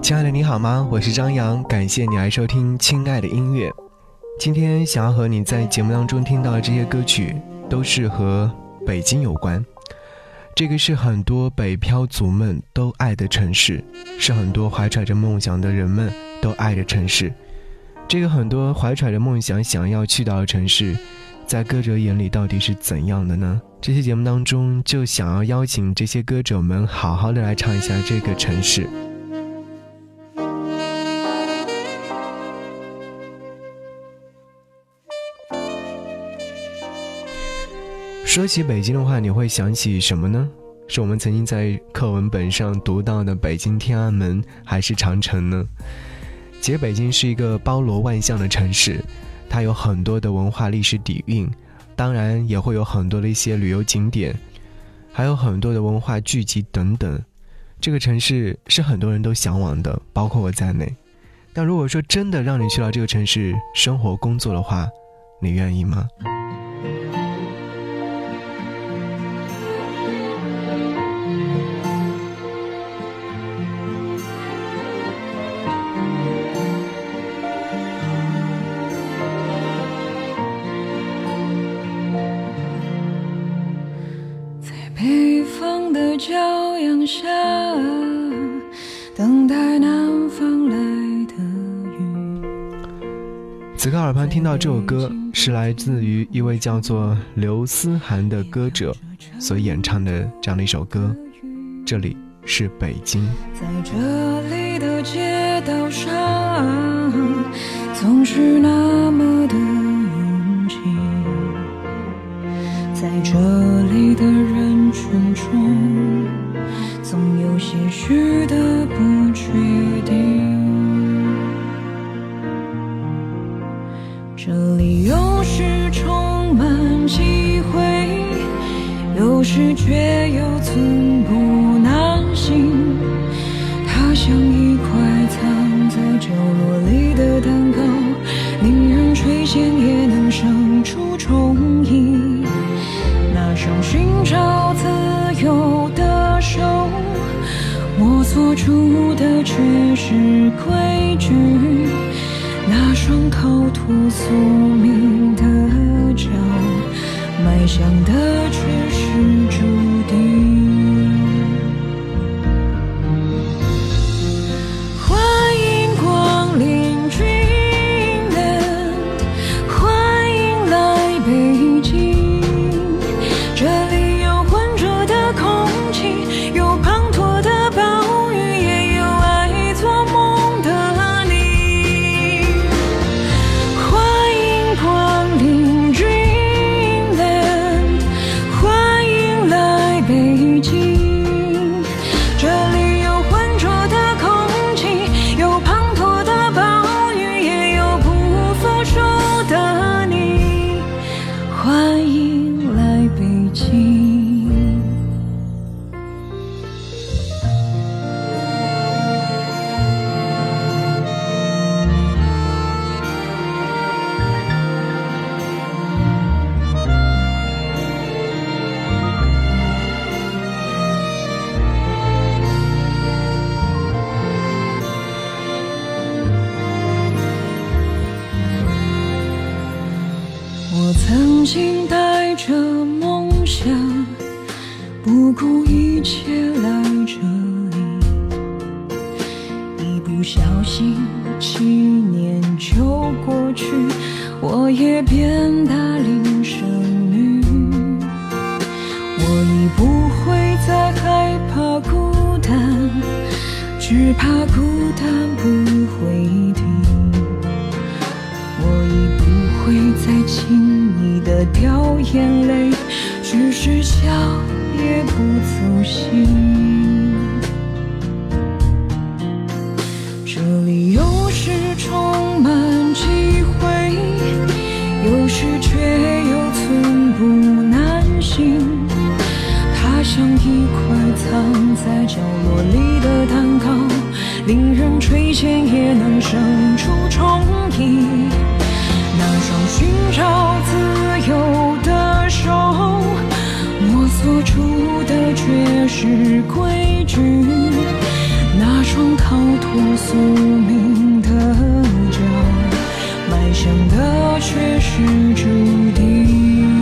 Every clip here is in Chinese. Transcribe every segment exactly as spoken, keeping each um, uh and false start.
亲爱的你好吗？我是张扬，感谢你来收听亲爱的音乐。今天想要和你在节目当中听到的这些歌曲都是和北京有关。这个是很多北漂族们都爱的城市，是很多怀揣着梦想的人们都爱的城市。这个很多怀揣着梦想想要去到的城市，在歌者眼里到底是怎样的呢？这期节目当中就想要邀请这些歌者们好好的来唱一下这个城市。说起北京的话，你会想起什么呢？是我们曾经在课文本上读到的北京天安门，还是长城呢？其实北京是一个包罗万象的城市，它有很多的文化历史底蕴，当然也会有很多的一些旅游景点，还有很多的文化聚集等等。这个城市是很多人都向往的，包括我在内。但如果说真的让你去到这个城市生活工作的话，你愿意吗？ 北方的骄阳下，等待南方来的雨。 此刻耳畔听到这首歌，是来自于一位叫做刘思涵的歌者所演唱的这样的一首歌。这里是北京， 在这里的街道上，总是那么的拥挤，在这里的人群中，总有些许的不确定。这里有时充满机会，有时却又寸步难行。它像一块藏在角落里的蛋糕，令人垂涎也能生出憧憬。那双寻找自由的手，摸索出的却是规矩，那双靠土宿命的脚，迈向的却是注定。欢迎光临 Dreamland， 欢迎来北京。这里有浑浊的空气，有滂沱的暴雨，也有爱做梦的你。欢迎光临 Dreamland， 欢迎来北京。这里有浑浊的空气，有滂沱的暴雨，也有不服输的你。欢迎来北京。我曾经带着梦想，不顾一切来这里，一不小心七年就过去，我也变大龄剩女。我已不会再害怕孤单，只怕孤单不会停。我已不会再轻易的掉眼泪，只是笑也不走心。这里有时充满机会，有时却又寸步难行。它像一块藏在角落里的蛋糕，令人垂涎也能生出憧憬。那双寻找自由的手，摸索出的却是规矩，那双靠逃脱宿命的脚，迈向的却是注定。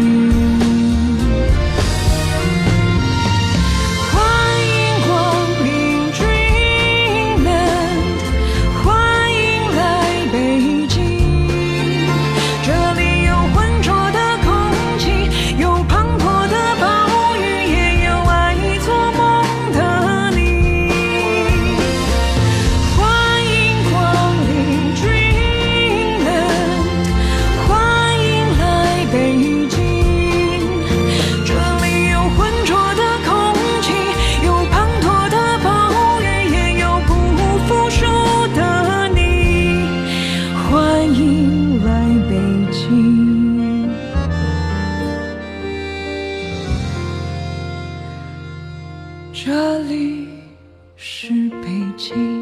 这里是北京。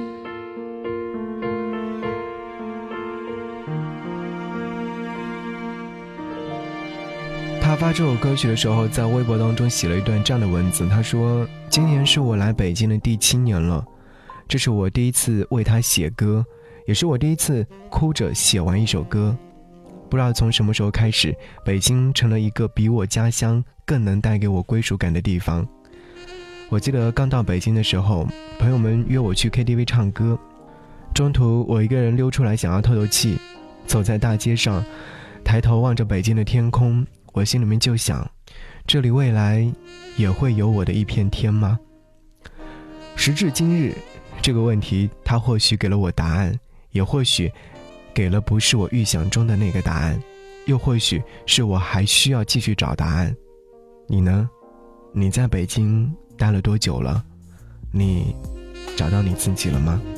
他发这首歌曲的时候，在微博当中写了一段这样的文字，他说：今年是我来北京的第七年了，这是我第一次为他写歌，也是我第一次哭着写完一首歌。不知道从什么时候开始，北京成了一个比我家乡更能带给我归属感的地方。我记得刚到北京的时候，朋友们约我去 K T V 唱歌，中途我一个人溜出来想要透透气，走在大街上，抬头望着北京的天空，我心里面就想，这里未来也会有我的一片天吗？时至今日，这个问题它或许给了我答案，也或许给了不是我预想中的那个答案，又或许是我还需要继续找答案。你呢？你在北京待了多久了？你找到你自己了吗？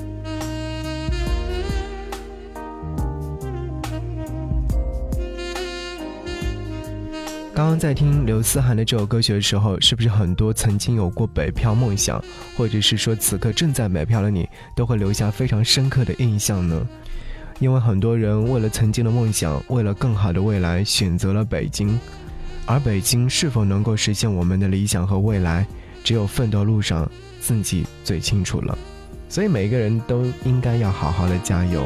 刚刚在听刘思涵的这首歌曲的时候，是不是很多曾经有过北漂梦想，或者是说此刻正在北漂的你，都会留下非常深刻的印象呢？因为很多人为了曾经的梦想，为了更好的未来，选择了北京。而北京是否能够实现我们的理想和未来，只有奋斗路上自己最清楚了。所以每个人都应该要好好的加油。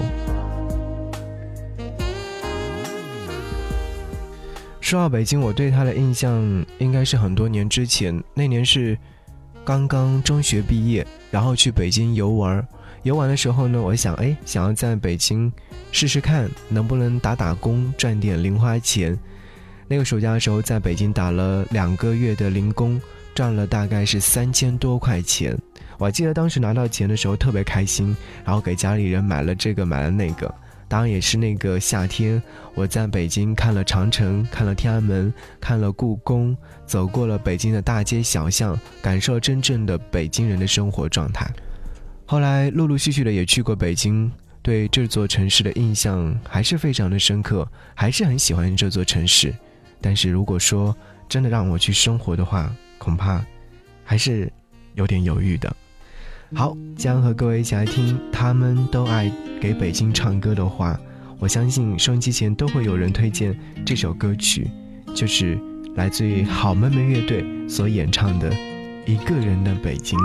说到北京，我对他的印象应该是很多年之前，那年是刚刚中学毕业，然后去北京游玩。游玩的时候呢，我想哎，想要在北京试试看能不能打打工赚点零花钱。那个暑假的时候在北京打了两个月的零工，赚了大概是三千多块钱。我还记得当时拿到钱的时候特别开心，然后给家里人买了这个买了那个。当然也是那个夏天，我在北京看了长城，看了天安门，看了故宫，走过了北京的大街小巷，感受真正的北京人的生活状态。后来陆陆续续的也去过北京，对这座城市的印象还是非常的深刻，还是很喜欢这座城市。但是如果说真的让我去生活的话，恐怕还是有点犹豫的。好，将和各位一起来听他们都爱给北京唱歌的话，我相信收音机前都会有人推荐这首歌曲，就是来自于好妹妹乐队所演唱的《一个人的北京》。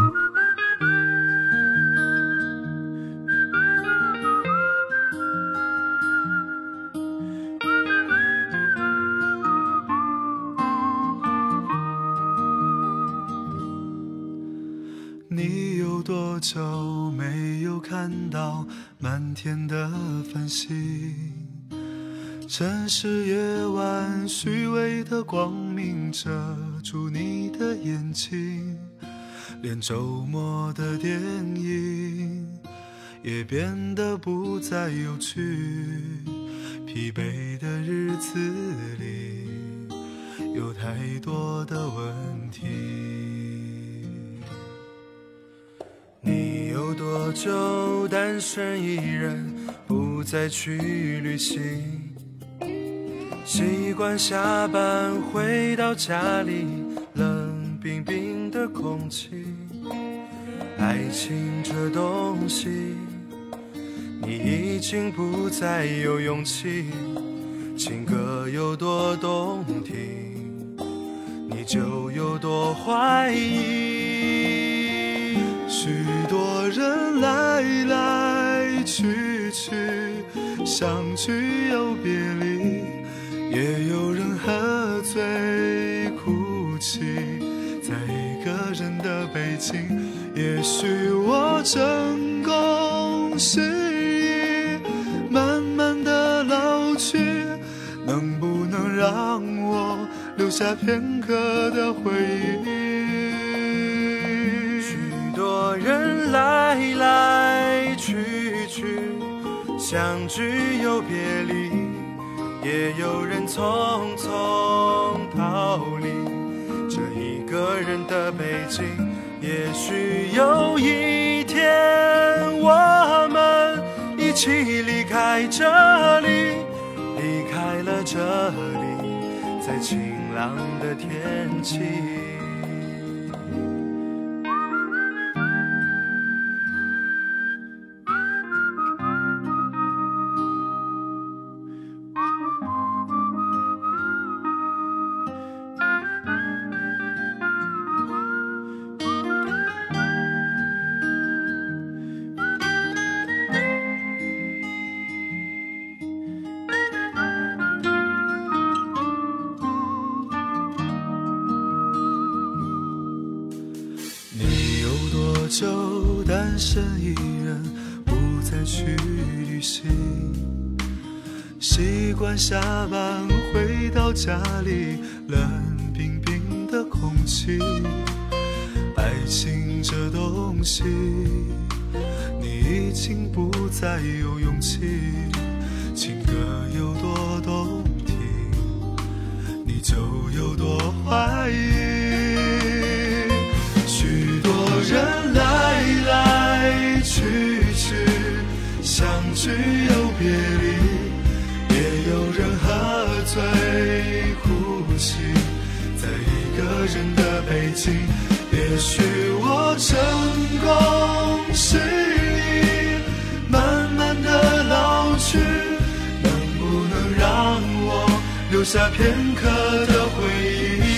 你有多久没有看到满天的繁星？城市夜晚虚伪的光明遮住你的眼睛，连周末的电影也变得不再有趣，疲惫的日子里有太多的问题。你有多久单身一人不再去旅行？习惯下班回到家里冷冰冰的空气，爱情这东西你已经不再有勇气，情歌有多动听你就有多怀疑。许多人来去去，相聚又别离，也有人喝醉哭泣，在一个人的北京，也许我成功失意，慢慢的老去，能不能让我留下片刻的回忆？许多人来来去去，相聚又别离，也有人匆匆逃离，这一个人的北京，也许有一天我们一起离开这里，离开了这里，在晴朗的天气。就单身一人，不再去旅行，习惯下班回到家里，冷冰冰的空气。爱情这东西，你已经不再有勇气，情歌有多动听，你就有多怀疑。许多人来来去去，相聚又别离，也有人喝醉哭泣，在一个人的北京，也许我成功失意，慢慢的老去，能不能让我留下片刻的回忆？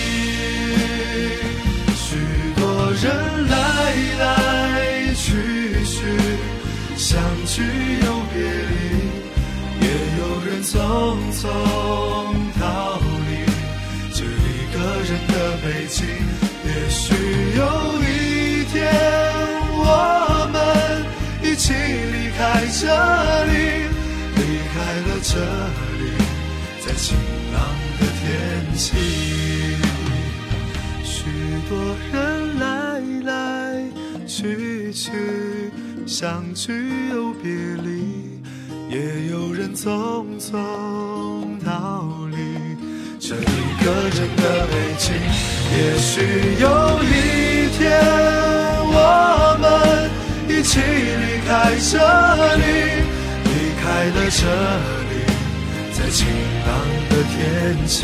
人来来去去，相聚又别离，也有人匆匆逃离，这一个人的北京，也许有一天我们一起离开这里，离开了这里，在晴朗的天气。许多人来来去去，相聚又别离，也有人匆匆逃离，这一个人的北京，也许有一天我们一起离开这里，离开了这里，在晴朗的天气，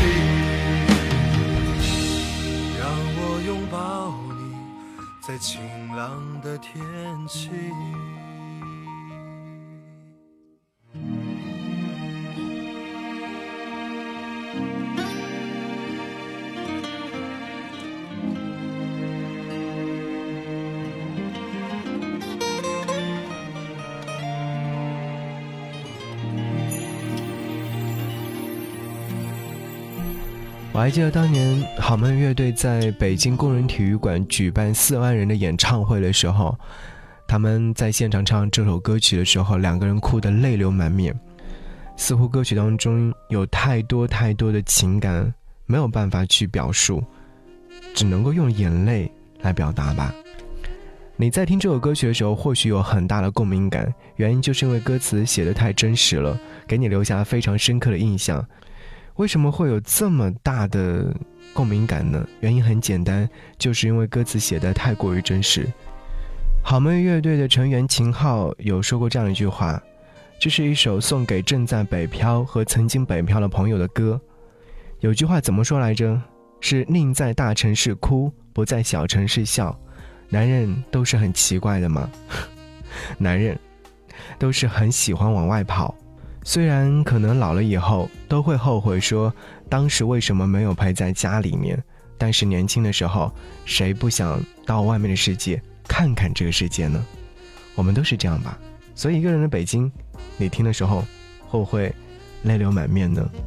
拥抱你，在晴朗的天气。 我还记得当年好妹乐队在北京工人体育馆举办四万人的演唱会的时候，他们在现场唱这首歌曲的时候，两个人哭得泪流满面，似乎歌曲当中有太多太多的情感没有办法去表述，只能够用眼泪来表达吧。你在听这首歌曲的时候或许有很大的共鸣感，原因就是因为歌词写得太真实了，给你留下非常深刻的印象。为什么会有这么大的共鸣感呢？原因很简单，就是因为歌词写得太过于真实。好妹乐队的成员秦昊有说过这样一句话，这是一首送给正在北漂和曾经北漂的朋友的歌。有句话怎么说来着？是宁在大城市哭，不在小城市笑。男人都是很奇怪的吗？男人都是很喜欢往外跑，虽然可能老了以后都会后悔说当时为什么没有陪在家里面，但是年轻的时候谁不想到外面的世界看看这个世界呢？我们都是这样吧。 所以一个人的北京，你听的时候会不会泪流满面呢？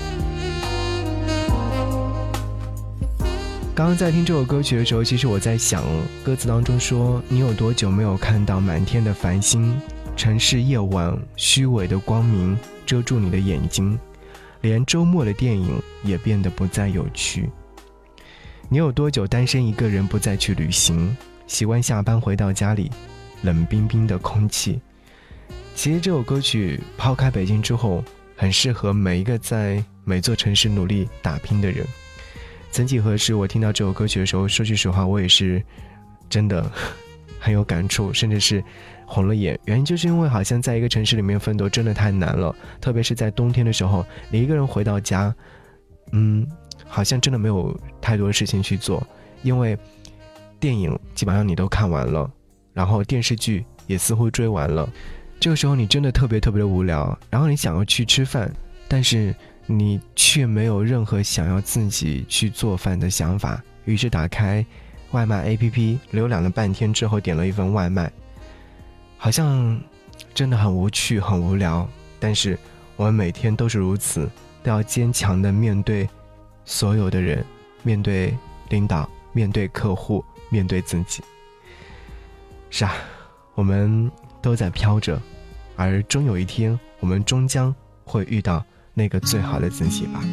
刚刚在听这首歌曲的时候，其实我在想，歌词当中说，你有多久没有看到满天的繁星，城市夜晚虚伪的光明遮住你的眼睛，连周末的电影也变得不再有趣。你有多久单身一个人不再去旅行，习惯下班回到家里冷冰冰的空气。其实这首歌曲抛开北京之后，很适合每一个在每座城市努力打拼的人。曾几何时，我听到这首歌曲的时候，说句实话，我也是真的很有感触，甚至是红了眼。原因就是因为好像在一个城市里面奋斗真的太难了，特别是在冬天的时候，你一个人回到家，嗯，好像真的没有太多的事情去做，因为电影基本上你都看完了，然后电视剧也似乎追完了，这个时候你真的特别特别的无聊，然后你想要去吃饭，但是你却没有任何想要自己去做饭的想法，于是打开外卖 A P P 浏览了半天之后点了一份外卖，好像真的很无趣很无聊，但是我们每天都是如此，都要坚强的面对所有的人，面对领导，面对客户，面对自己。是啊，我们都在飘着，而终有一天我们终将会遇到那个最好的自己吧。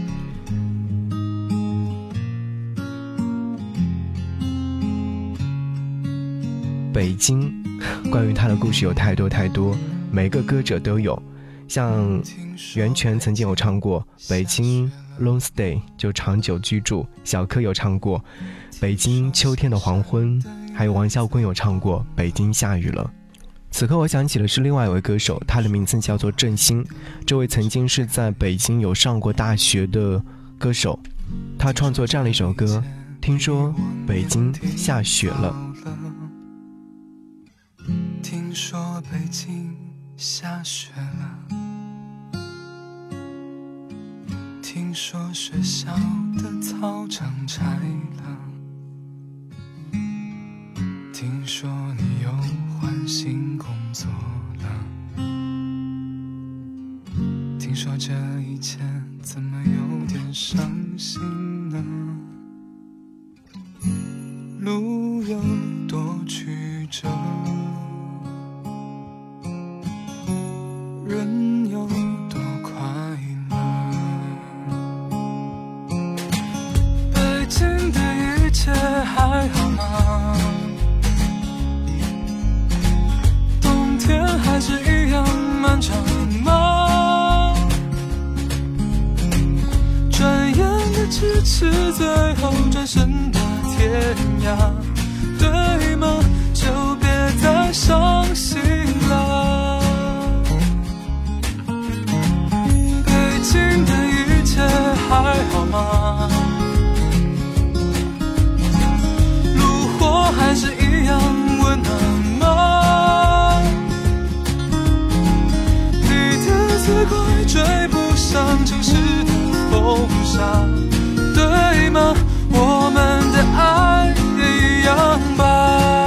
北京关于他的故事有太多太多，每个歌者都有，像袁泉曾经有唱过北京 long stay 就长久居住，小柯有唱过北京秋天的黄昏，还有王啸坤有唱过北京下雨了。此刻我想起的是另外一位歌手，他的名字叫做郑兴，这位曾经是在北京有上过大学的歌手，他创作这样的一首歌，听说北京下雪了。 听说北京下雪了，听说学校的操场拆了，听说你又换新工作了，听说这一切怎么有点伤心呢？路有多曲折，人有多快乐，北京的一切还好吗？冬天还是一样漫长吗？转眼的咫尺，最后转身的天涯，对吗？就别再伤心了。北京的一切还好吗？炉火还是一样温暖吗？你的自拐追不上城市的风沙，对吗？我们的爱也一样吧。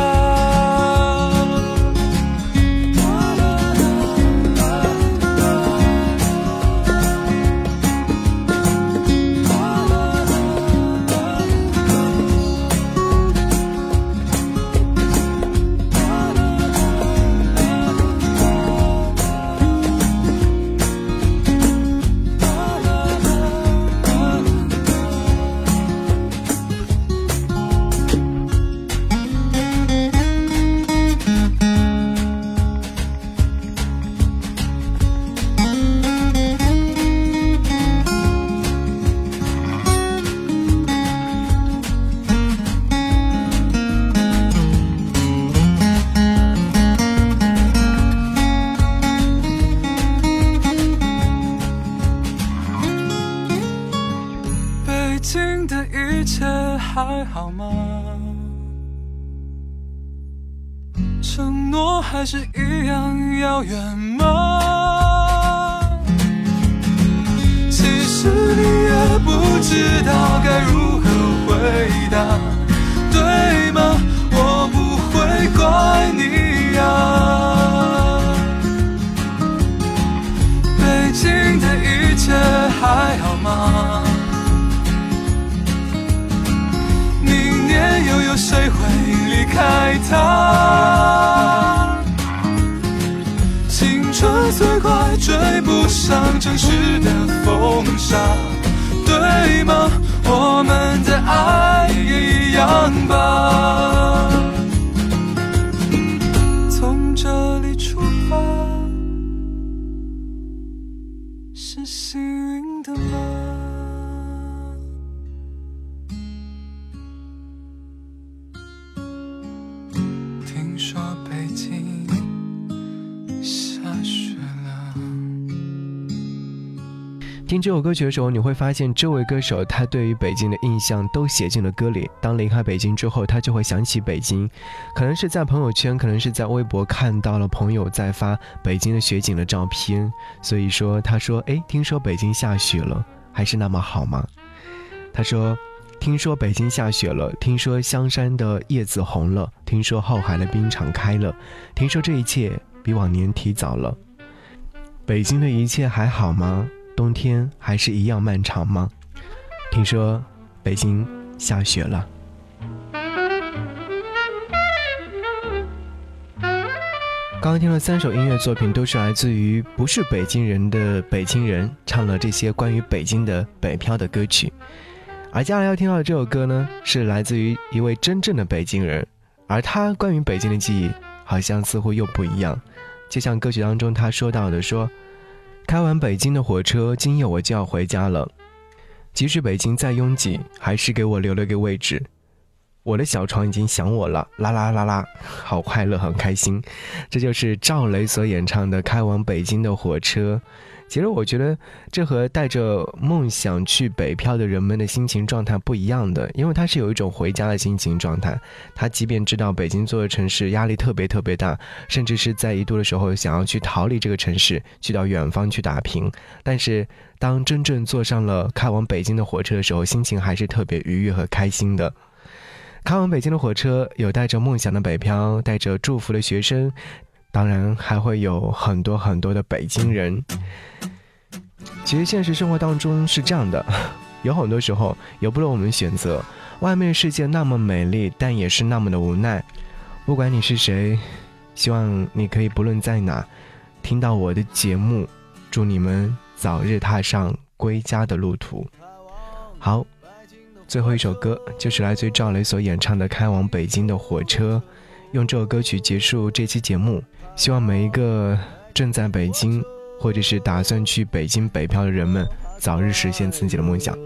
还好吗？承诺还是一样遥远吗？其实你也不知道该如何回答，对吗？我不会怪你呀。 还好吗？明年又有谁会离开他？青春最快追不上城市的风沙，对吗？我们的爱也一样吧。从这里出发，是幸运的吗？听说北京下雪了。 听这首歌曲的时候，你会发现这位歌手他对于北京的印象都写进了歌里。当离开北京之后，他就会想起北京，可能是在朋友圈，可能是在微博看到了朋友在发北京的雪景的照片，所以说他说诶，听说北京下雪了，还是那么好吗？他说听说北京下雪了，听说香山的叶子红了，听说后海的冰场开了，听说这一切比往年提早了。北京的一切还好吗？冬天还是一样漫长吗？听说北京下雪了。刚刚听了三首音乐作品，都是来自于不是北京人的北京人，唱了这些关于北京的北漂的歌曲。而接下来要听到的这首歌呢，是来自于一位真正的北京人，而他关于北京的记忆好像似乎又不一样。就像歌曲当中他说到的，说开完北京的火车，今夜我就要回家了，即使北京再拥挤，还是给我留了个位置，我的小床已经想我了，啦啦啦啦，好快乐，很开心。这就是赵雷所演唱的开往北京的火车。其实我觉得这和带着梦想去北漂的人们的心情状态不一样的，因为他是有一种回家的心情状态。他即便知道北京这座城市压力特别特别大，甚至是在一度的时候想要去逃离这个城市，去到远方去打拼，但是当真正坐上了开往北京的火车的时候，心情还是特别愉悦和开心的。开往北京的火车有带着梦想的北漂，带着祝福的学生，当然还会有很多很多的北京人。其实现实生活当中是这样的，有很多时候由不得我们选择，外面的世界那么美丽，但也是那么的无奈。不管你是谁，希望你可以不论在哪听到我的节目，祝你们早日踏上归家的路途。好，最后一首歌就是来自于赵雷所演唱的《开往北京的火车》，用这首歌曲结束这期节目。希望每一个正在北京或者是打算去北京北漂的人们早日实现自己的梦想。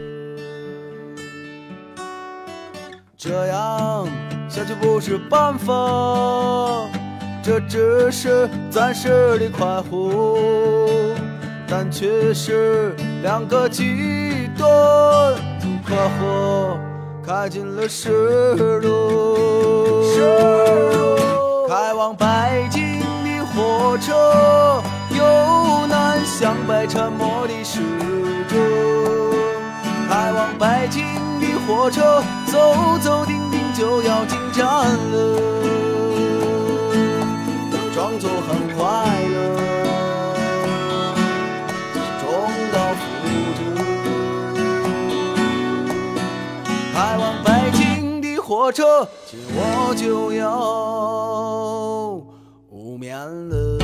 这样下去不是办法，这只是暂时的快活，但却是两个极端，从快活开进了失落。开往北京的火车，有难相背沉默的时钟。开往北京的火车，走走停停就要进站了，装作很快乐，重蹈覆辙。开往北京的火车，今我就要无眠了。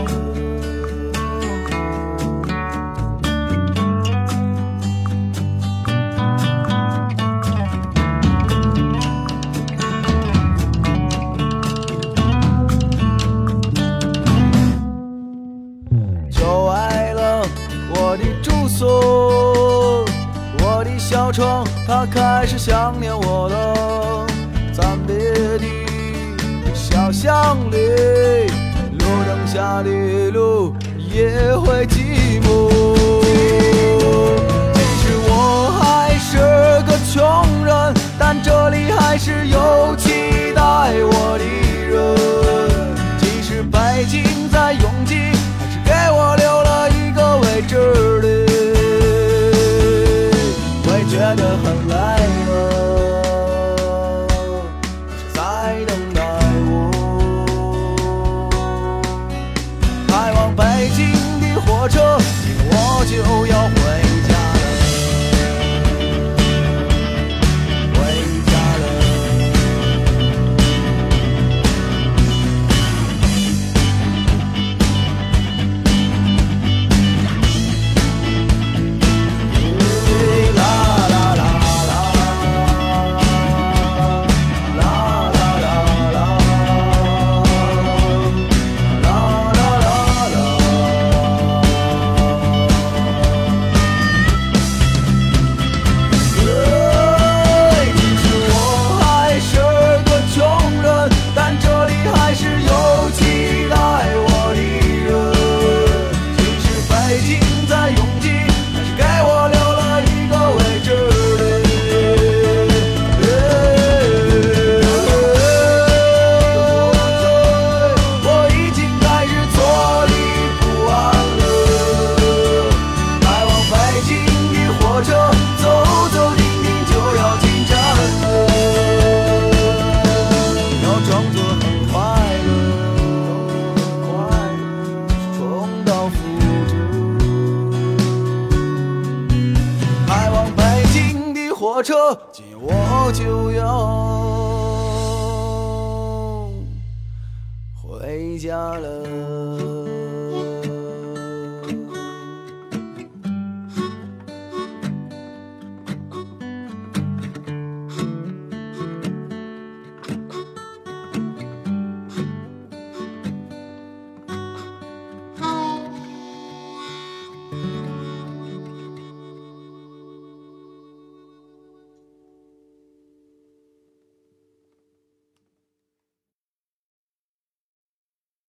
我的小床，它开始想念我了。暂别的小巷里，路灯下的路也会寂寞。即使我还是个穷人，但这里还是有期待我的人。即使北京再拥挤，还是给我留了一个位置的。觉得很累了，是在等待我。开往北京的火车，今我就要回火车进我就要回家了。